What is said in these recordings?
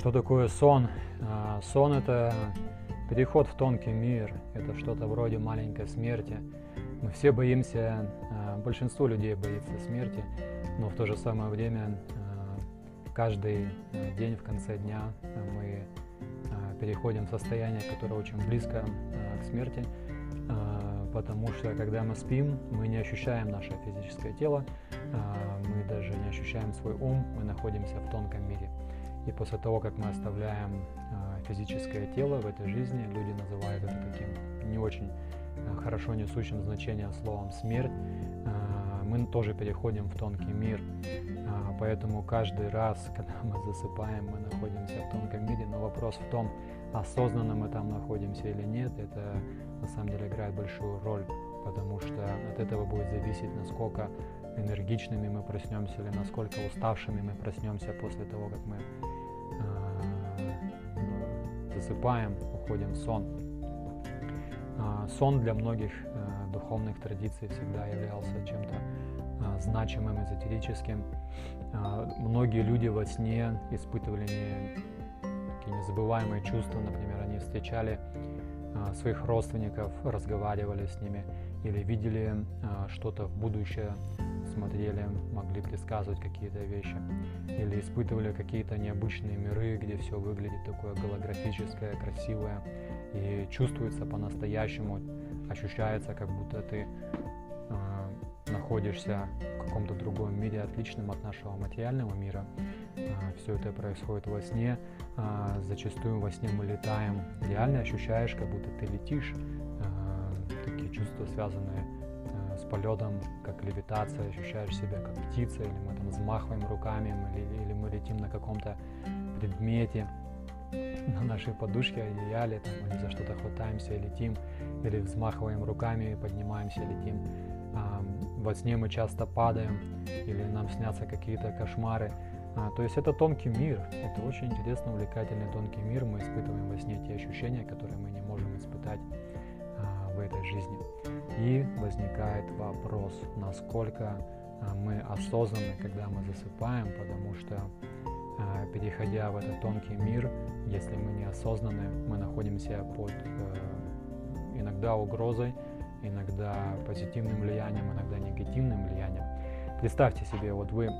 Что такое сон? Сон — это переход в тонкий мир, это что-то вроде маленькой смерти. Мы все боимся, большинство людей боится смерти, но в то же самое время каждый день в конце дня мы переходим в состояние, которое очень близко к смерти, потому что когда мы спим, мы не ощущаем наше физическое тело, мы даже не ощущаем свой ум, мы находимся в тонком мире. И после того, как мы оставляем физическое тело в этой жизни, люди называют это таким не очень хорошо несущим значение словом «смерть», мы тоже переходим в тонкий мир. Поэтому каждый раз, когда мы засыпаем, мы находимся в тонком мире. Но вопрос в том, осознанно мы там находимся или нет, это на самом деле играет большую роль, потому что от этого будет зависеть, насколько энергичными мы проснемся или насколько уставшими мы проснемся после того, как мы засыпаем, уходим в сон. Сон для многих духовных традиций всегда являлся чем-то значимым, эзотерическим. Многие люди во сне испытывали такие незабываемые чувства. Например, они встречали своих родственников, разговаривали с ними или видели что-то в будущее, смотрели, могли предсказывать какие-то вещи, или испытывали какие-то необычные миры, где все выглядит такое голографическое, красивое и чувствуется по-настоящему, ощущается, как будто ты находишься в каком-то другом мире, отличном от нашего материального мира. Все это происходит во сне. Зачастую во сне мы летаем. Реально ощущаешь, как будто ты летишь. Такие чувства, связанные с полетом, как левитация, ощущаешь себя как птица, или мы там взмахиваем руками, или мы летим на каком-то предмете, на нашей подушке, одеяле, там, или за что-то хватаемся и летим, или взмахиваем руками и поднимаемся и летим. Во сне мы часто падаем, или нам снятся какие-то кошмары. То есть это тонкий мир, это очень интересный, увлекательный тонкий мир. Мы испытываем во сне те ощущения, которые мы не можем испытать в этой жизни. И возникает вопрос, насколько мы осознанны, когда мы засыпаем, потому что, переходя в этот тонкий мир, если мы не осознаны, мы находимся под иногда угрозой, иногда позитивным влиянием, иногда негативным влиянием. Представьте себе, вот вы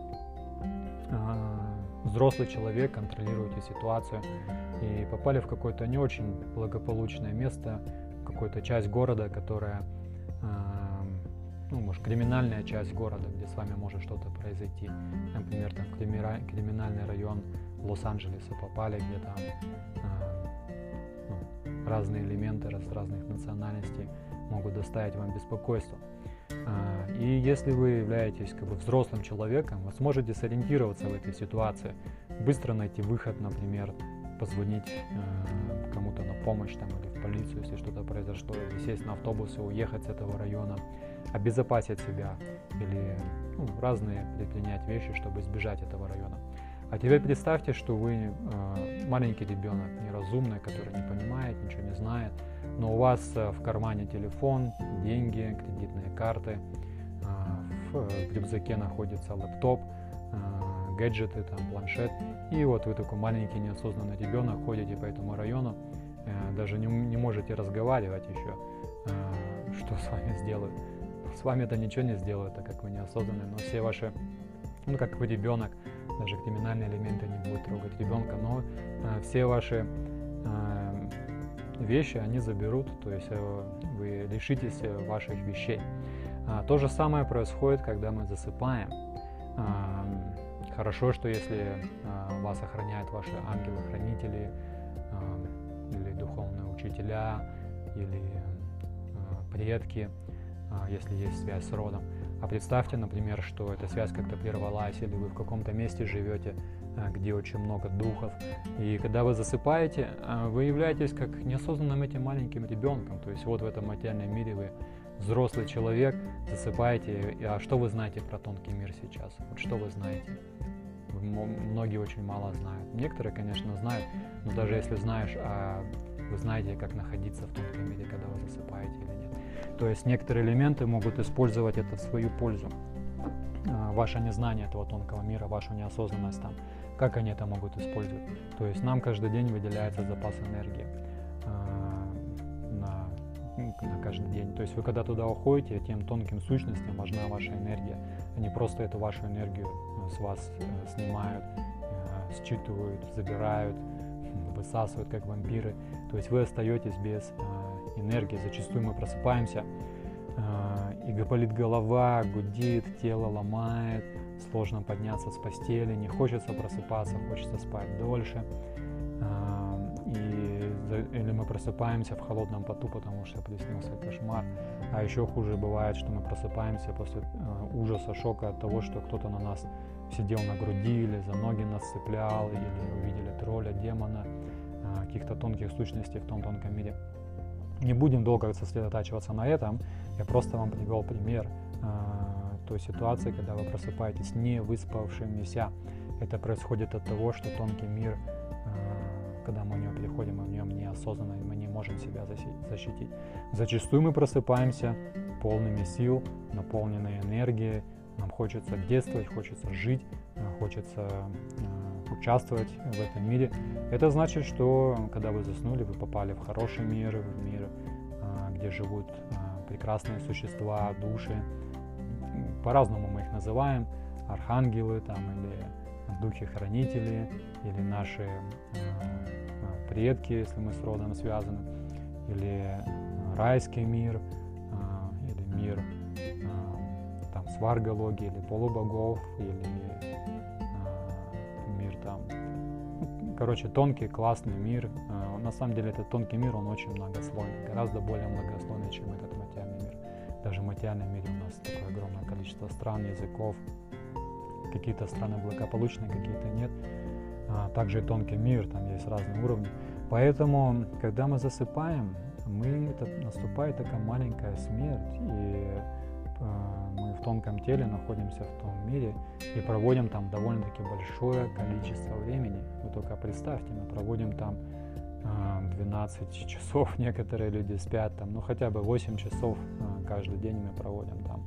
взрослый человек, контролируете ситуацию и попали в какое-то не очень благополучное место, какую-то часть города, которая, может, криминальная часть города, где с вами может что-то произойти. Например, там, в криминальный район Лос-Анджелеса попали, где там разные элементы разных национальностей могут доставить вам беспокойство. И если вы являетесь взрослым человеком, вы сможете сориентироваться в этой ситуации, быстро найти выход, например, позвонить кому-то на помощь там, или в полицию, если что-то произошло, или сесть на автобус и уехать с этого района, обезопасить себя или разные предпринять вещи, чтобы избежать этого района. А теперь представьте, что вы маленький ребенок, неразумный, который не понимает, ничего не знает, но у вас в кармане телефон, деньги, кредитные карты, в рюкзаке находится лэптоп, гаджеты, там, планшет, и вот вы такой маленький неосознанный ребенок, ходите по этому району, даже не можете разговаривать еще, что с вами сделают. С вами это ничего не сделают, так как вы неосознанны, но все ваши, как вы ребенок, даже криминальные элементы не будут трогать ребенка, но все ваши вещи они заберут, то есть вы лишитесь ваших вещей. То же самое происходит, когда мы засыпаем. Хорошо, что если вас охраняют ваши ангелы-хранители, или духовные учителя, или предки, если есть связь с родом. А представьте, например, что эта связь как-то прервалась, или вы в каком-то месте живете, где очень много духов, и когда вы засыпаете, вы являетесь как неосознанным этим маленьким ребенком, то есть вот в этом материальном мире вы взрослый человек, засыпаете, а что вы знаете про тонкий мир сейчас? Вот что вы знаете? Многие очень мало знают. Некоторые, конечно, знают, но даже если знаешь, вы знаете, как находиться в тонком мире, когда вы засыпаете или нет. То есть некоторые элементы могут использовать это в свою пользу. ваше незнание этого тонкого мира, вашу неосознанность там, как они это могут использовать. То есть нам каждый день выделяется запас энергии на каждый день. То есть вы когда туда уходите, тем тонким сущностям важна ваша энергия. Они просто эту вашу энергию с вас снимают, считывают, забирают, высасывают, как вампиры. То есть вы остаетесь без энергии. Зачастую мы просыпаемся, и болит голова, гудит, тело ломает, сложно подняться с постели, не хочется просыпаться, хочется спать дольше. Или мы просыпаемся в холодном поту, потому что приснился кошмар. А еще хуже бывает, что мы просыпаемся после ужаса, шока от того, что кто-то на нас сидел на груди или за ноги нас цеплял, или увидели тролля, демона, каких-то тонких сущностей в том тонком мире. Не будем долго сосредотачиваться на этом, я просто вам привел пример той ситуации, когда вы просыпаетесь не выспавшимися. Это происходит от того, что тонкий мир, когда мы в него переходим, мы в нем неосознанно, мы не можем себя защитить. Зачастую мы просыпаемся полными сил, наполненные энергией, нам хочется действовать, хочется жить, хочется участвовать в этом мире. Это значит, что когда вы заснули, вы попали в хороший мир, в мир, где живут прекрасные существа, души. По-разному мы их называем, архангелы там, или духи-хранители, или наши предки, если мы с родом связаны, или райский мир, или мир там сварга-логи, или полубогов, или мир там, короче, тонкий, классный мир. На самом деле этот тонкий мир, он очень многослойный, гораздо более многослойный, чем этот материальный мир. Даже в материальном мире у нас такое огромное количество стран, языков, какие-то страны благополучные, какие-то нет. Также и тонкий мир, там есть разные уровни. Поэтому, когда мы засыпаем, наступает такая маленькая смерть, и мы в тонком теле находимся в том мире и проводим там довольно-таки большое количество времени. Вы только представьте, мы проводим там 12 часов, некоторые люди спят там, ну хотя бы 8 часов каждый день мы проводим там.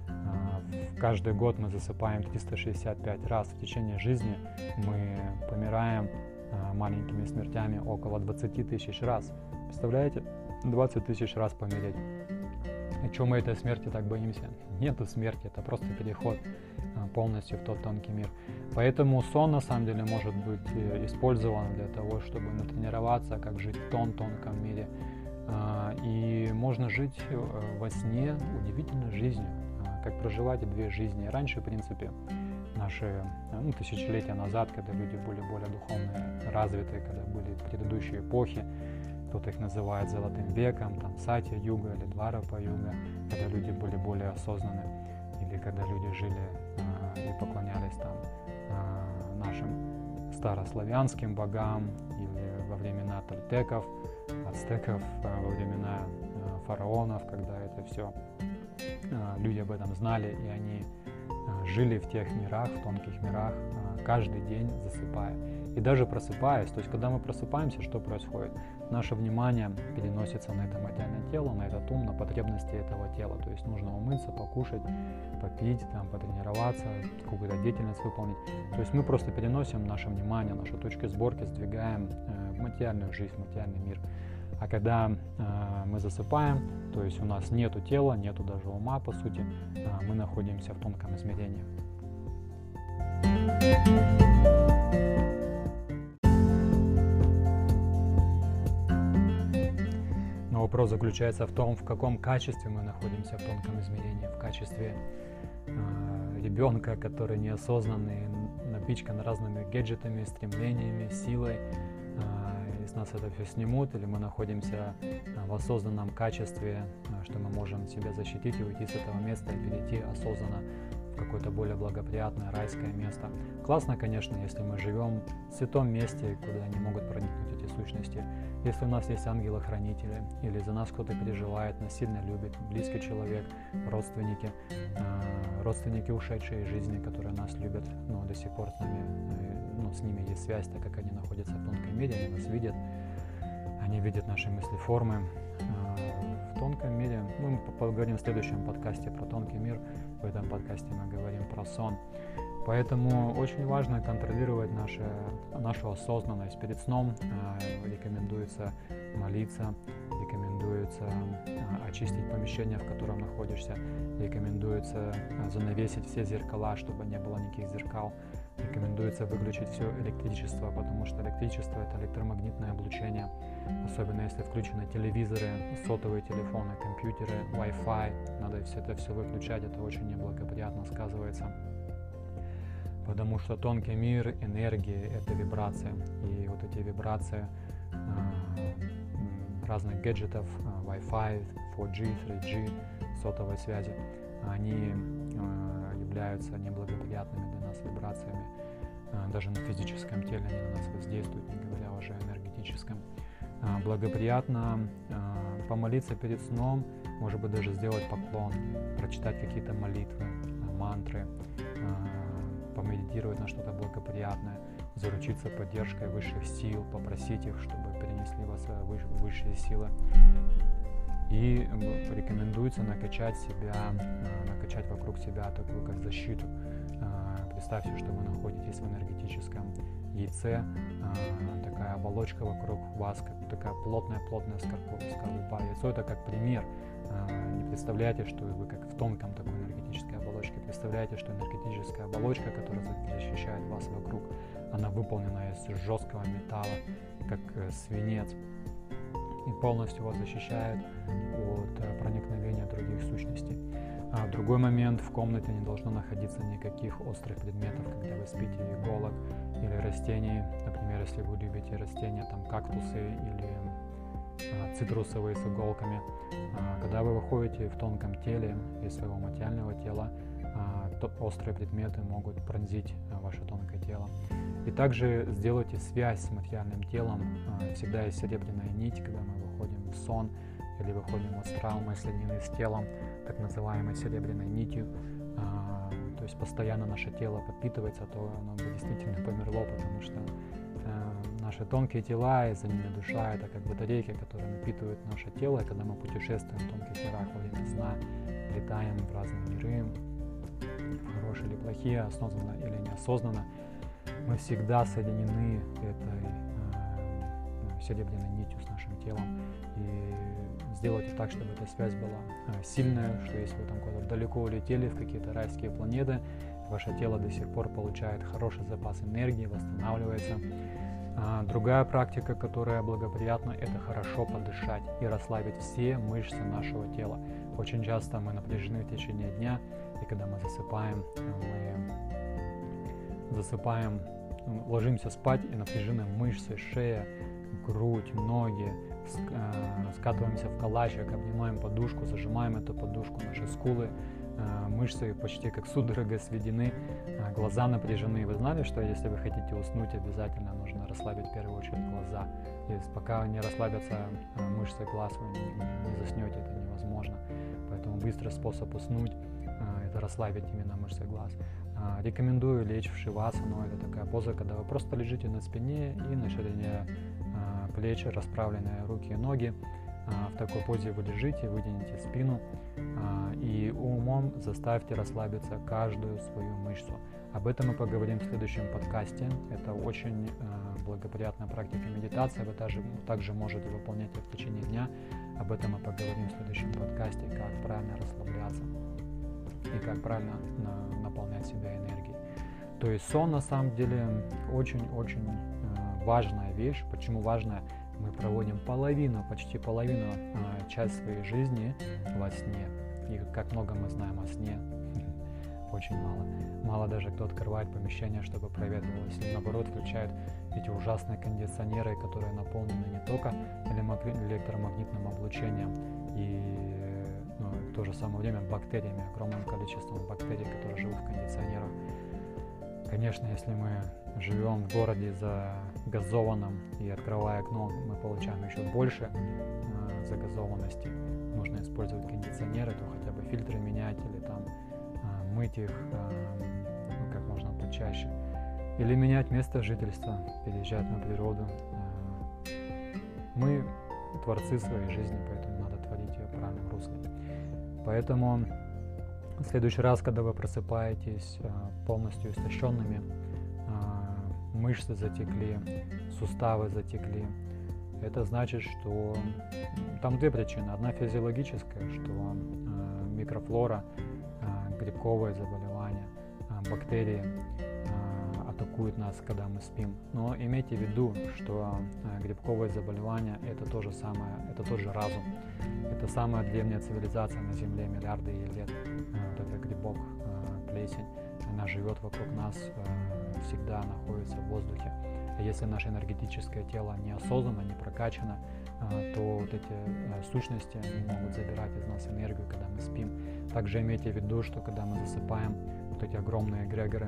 Каждый год мы засыпаем 365 раз. В течение жизни мы помираем маленькими смертями около 20 тысяч раз. Представляете? 20 тысяч раз помереть. И чего мы этой смерти так боимся? Нету смерти, это просто переход полностью в тот тонкий мир. Поэтому сон на самом деле может быть использован для того, чтобы натренироваться, как жить в том тонком мире. И можно жить во сне удивительной жизнью, как проживать две жизни. Раньше, в принципе, наши тысячелетия назад, когда люди были более духовно развиты, когда были предыдущие эпохи, кто-то их называет золотым веком, там Сатья-юга или Дварапа-юга, когда люди были более осознаны, или когда люди жили и поклонялись там нашим старославянским богам, или во времена тольтеков, ацтеков, во времена фараонов, когда это все люди об этом знали, и они жили в тех мирах, в тонких мирах, каждый день засыпая. И даже просыпаясь, то есть когда мы просыпаемся, что происходит? Наше внимание переносится на это материальное тело, на этот ум, на потребности этого тела. То есть нужно умыться, покушать, попить, там, потренироваться, какую-то деятельность выполнить. То есть мы просто переносим наше внимание, наши точки сборки сдвигаем в материальную жизнь, в материальный мир. А когда мы засыпаем, то есть у нас нету тела, нету даже ума, по сути, мы находимся в тонком измерении. Но вопрос заключается в том, в каком качестве мы находимся в тонком измерении. В качестве ребенка, который неосознанный, напичкан разными гаджетами, стремлениями, силой, и с нас это все снимут, или мы находимся в осознанном качестве, что мы можем себя защитить и уйти с этого места и перейти осознанно в какое-то более благоприятное райское место. Классно, конечно, если мы живем в святом месте, куда не могут проникнуть эти сущности. Если у нас есть ангелы-хранители, или за нас кто-то переживает, нас сильно любит, близкий человек, родственники ушедшие из жизни, которые нас любят, но до сих пор с нами, с ними есть связь, так как они находятся в тонком мире, они нас видят, они видят наши мысли-формы. В тонком мире, мы поговорим в следующем подкасте про тонкий мир, В этом подкасте мы говорим про сон. Поэтому очень важно контролировать нашу осознанность. Перед сном рекомендуется молиться, рекомендуется очистить помещение, в котором находишься, рекомендуется занавесить все зеркала, чтобы не было никаких зеркал. Рекомендуется выключить все электричество, потому что электричество — это электромагнитное облучение, особенно если включены телевизоры, сотовые телефоны, компьютеры, Wi-Fi. Надо это все выключать, это очень неблагоприятно сказывается. Потому что тонкий мир энергии — это вибрация. И вот эти вибрации разных гаджетов, Wi-Fi, 4G, 3G, сотовой связи, они являются неблагоприятными для нас вибрациями. Даже на физическом теле они на нас воздействуют, не говоря уже о энергетическом. Благоприятно помолиться перед сном, может быть, даже сделать поклон, прочитать какие-то молитвы, мантры, помедитировать на что-то благоприятное, заручиться поддержкой высших сил, попросить их, чтобы перенесли вас высшие силы. И рекомендуется накачать вокруг себя такую как защиту. Представьте, что вы находитесь в энергетическом яйце, такая оболочка вокруг вас, как такая плотная скорлупа. Яйцо — это как пример. Не представляете, что вы как в тонком такой энергетической оболочке. Представляете, что энергетическая оболочка, которая защищает вас вокруг, она выполнена из жесткого металла, как свинец, и полностью вас защищает от проникновения других сущностей. Другой момент: в комнате не должно находиться никаких острых предметов, когда вы спите, иголок или растений. Например, если вы любите растения, там кактусы или цитрусовые с иголками. Когда вы выходите в тонком теле из своего материального тела, то острые предметы могут пронзить ваше тонкое тело. И также сделайте связь с материальным телом. Всегда есть серебряная нить, когда мы выходим в сон или выходим в астрал, мы соединены с телом, так называемой серебряной нитью. То есть постоянно наше тело подпитывается, то оно бы действительно померло, потому что наши тонкие тела и за ними душа — это как батарейки, которые напитывают наше тело. И когда мы путешествуем в тонких мирах во время сна, летаем в разные миры, хорошие или плохие, осознанно или неосознанно, мы всегда соединены этой серебряной нитью с нашим телом. И сделайте так, чтобы эта связь была сильная, что если вы там куда-то далеко улетели в какие-то райские планеты, ваше тело до сих пор получает хороший запас энергии, восстанавливается. Другая практика, которая благоприятна, это хорошо подышать и расслабить все мышцы нашего тела. Очень часто мы напряжены в течение дня, и когда мы засыпаем, ложимся спать, и напряжены мышцы, шея, грудь, ноги, скатываемся в калачик, обнимаем подушку, зажимаем эту подушку, наши скулы, мышцы почти как судорогой сведены, глаза напряжены. Вы знали, что если вы хотите уснуть, обязательно нужно расслабить в первую очередь глаза. И пока не расслабятся мышцы глаз, вы не заснете, это невозможно. Поэтому быстрый способ уснуть — это расслабить именно мышцы глаз. Рекомендую лечь в шивасану. Это такая поза, когда вы просто лежите на спине и на ширине плеч расправленные руки и ноги. В такой позе вы лежите, вытяните спину и умом заставьте расслабиться каждую свою мышцу. Об этом мы поговорим в следующем подкасте. Это очень благоприятная практика медитации. Вы также можете выполнять ее в течение дня. Об этом мы поговорим в следующем подкасте, как правильно расслабляться и как правильно наполнять себя энергией. То есть сон на самом деле очень-очень важная вещь. Почему важная? Мы проводим почти половину часть своей жизни во сне. И как много мы знаем о сне, очень мало. Мало даже кто открывает помещение, чтобы проветривалось. Или наоборот, включают эти ужасные кондиционеры, которые наполнены не только электромагнитным облучением и в то же самое время бактериями, огромным количеством бактерий, которые живут в кондиционерах. Конечно, если мы живем в городе загазованном и открывая окно, мы получаем еще больше загазованности. Нужно использовать кондиционеры, то хотя бы фильтры менять или там мыть их как можно почаще. Или менять место жительства, переезжать на природу. Мы творцы своей жизни, поэтому надо творить ее в правильном русле. Поэтому В следующий раз, когда вы просыпаетесь полностью истощенными, мышцы затекли, суставы затекли, это значит, что там две причины. Одна физиологическая, что микрофлора, грибковые заболевания, бактерии атакуют нас, когда мы спим. Но имейте в виду, что грибковые заболевания — это то же самое, это тот же разум. Это самая древняя цивилизация на Земле, миллиарды лет. Вот этот грибок, плесень, она живет вокруг нас, всегда находится в воздухе. И если наше энергетическое тело неосознанно, не прокачано, то вот эти сущности могут забирать из нас энергию, когда мы спим. Также имейте в виду, что когда мы засыпаем, вот эти огромные эгрегоры,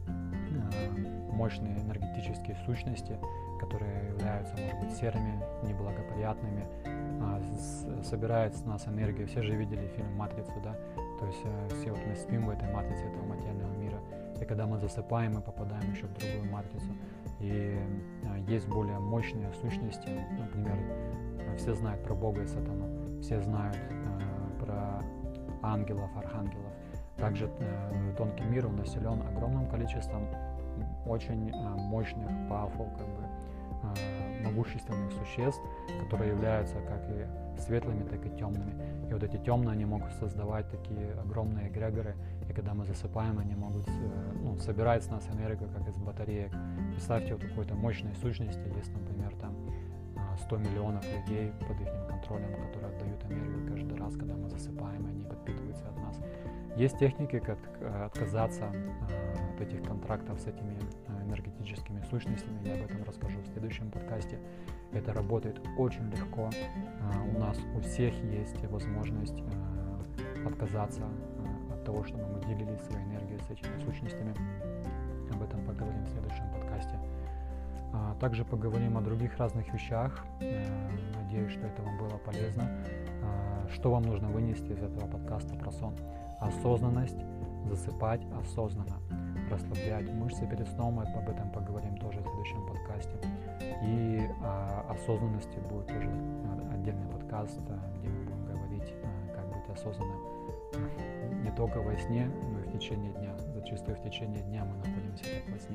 мощные энергетические сущности, которые являются, может быть, серыми, неблагоприятными, собирают с нас энергию. Все же видели фильм «Матрицу», да? То есть все вот мы спим в этой матрице этого материального мира. И когда мы засыпаем, мы попадаем еще в другую матрицу. И есть более мощные сущности. Например, все знают про Бога и сатану, все знают про ангелов, архангелов. Также тонкий мир он населен огромным количеством очень мощных, powerful, могущественных существ, которые являются как и светлыми, так и темными. И вот эти темные, они могут создавать такие огромные эгрегоры, и когда мы засыпаем, они могут собирать с нас энергию, как из батареек. Представьте, вот у какой-то мощной сущности есть, например, там 100 миллионов людей под их контролем, которые отдают энергию каждый раз, когда мы засыпаем, и они подпитываются от нас. Есть техники, как отказаться от этих контрактов с этими энергетическими сущностями. Я об этом расскажу в следующем подкасте. Это работает очень легко. У нас у всех есть возможность отказаться от того, чтобы мы делились своей энергией с этими сущностями. Об этом поговорим в следующем подкасте. Также поговорим о других разных вещах. Надеюсь, что это вам было полезно. Что вам нужно вынести из этого подкаста про сон? Осознанность, засыпать осознанно, расслаблять мышцы перед сном, мы об этом поговорим тоже в следующем подкасте. И о осознанности будет тоже отдельный подкаст, где мы будем говорить, как быть осознанным не только во сне, но и в течение дня. Зачастую в течение дня мы находимся как во сне.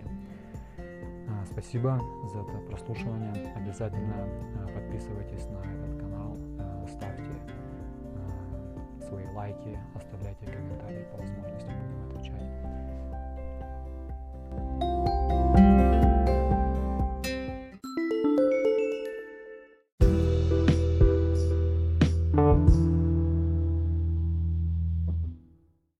Спасибо за это прослушивание. Обязательно подписывайтесь на этот канал, ставьте свои лайки, оставляйте комментарии по возможности.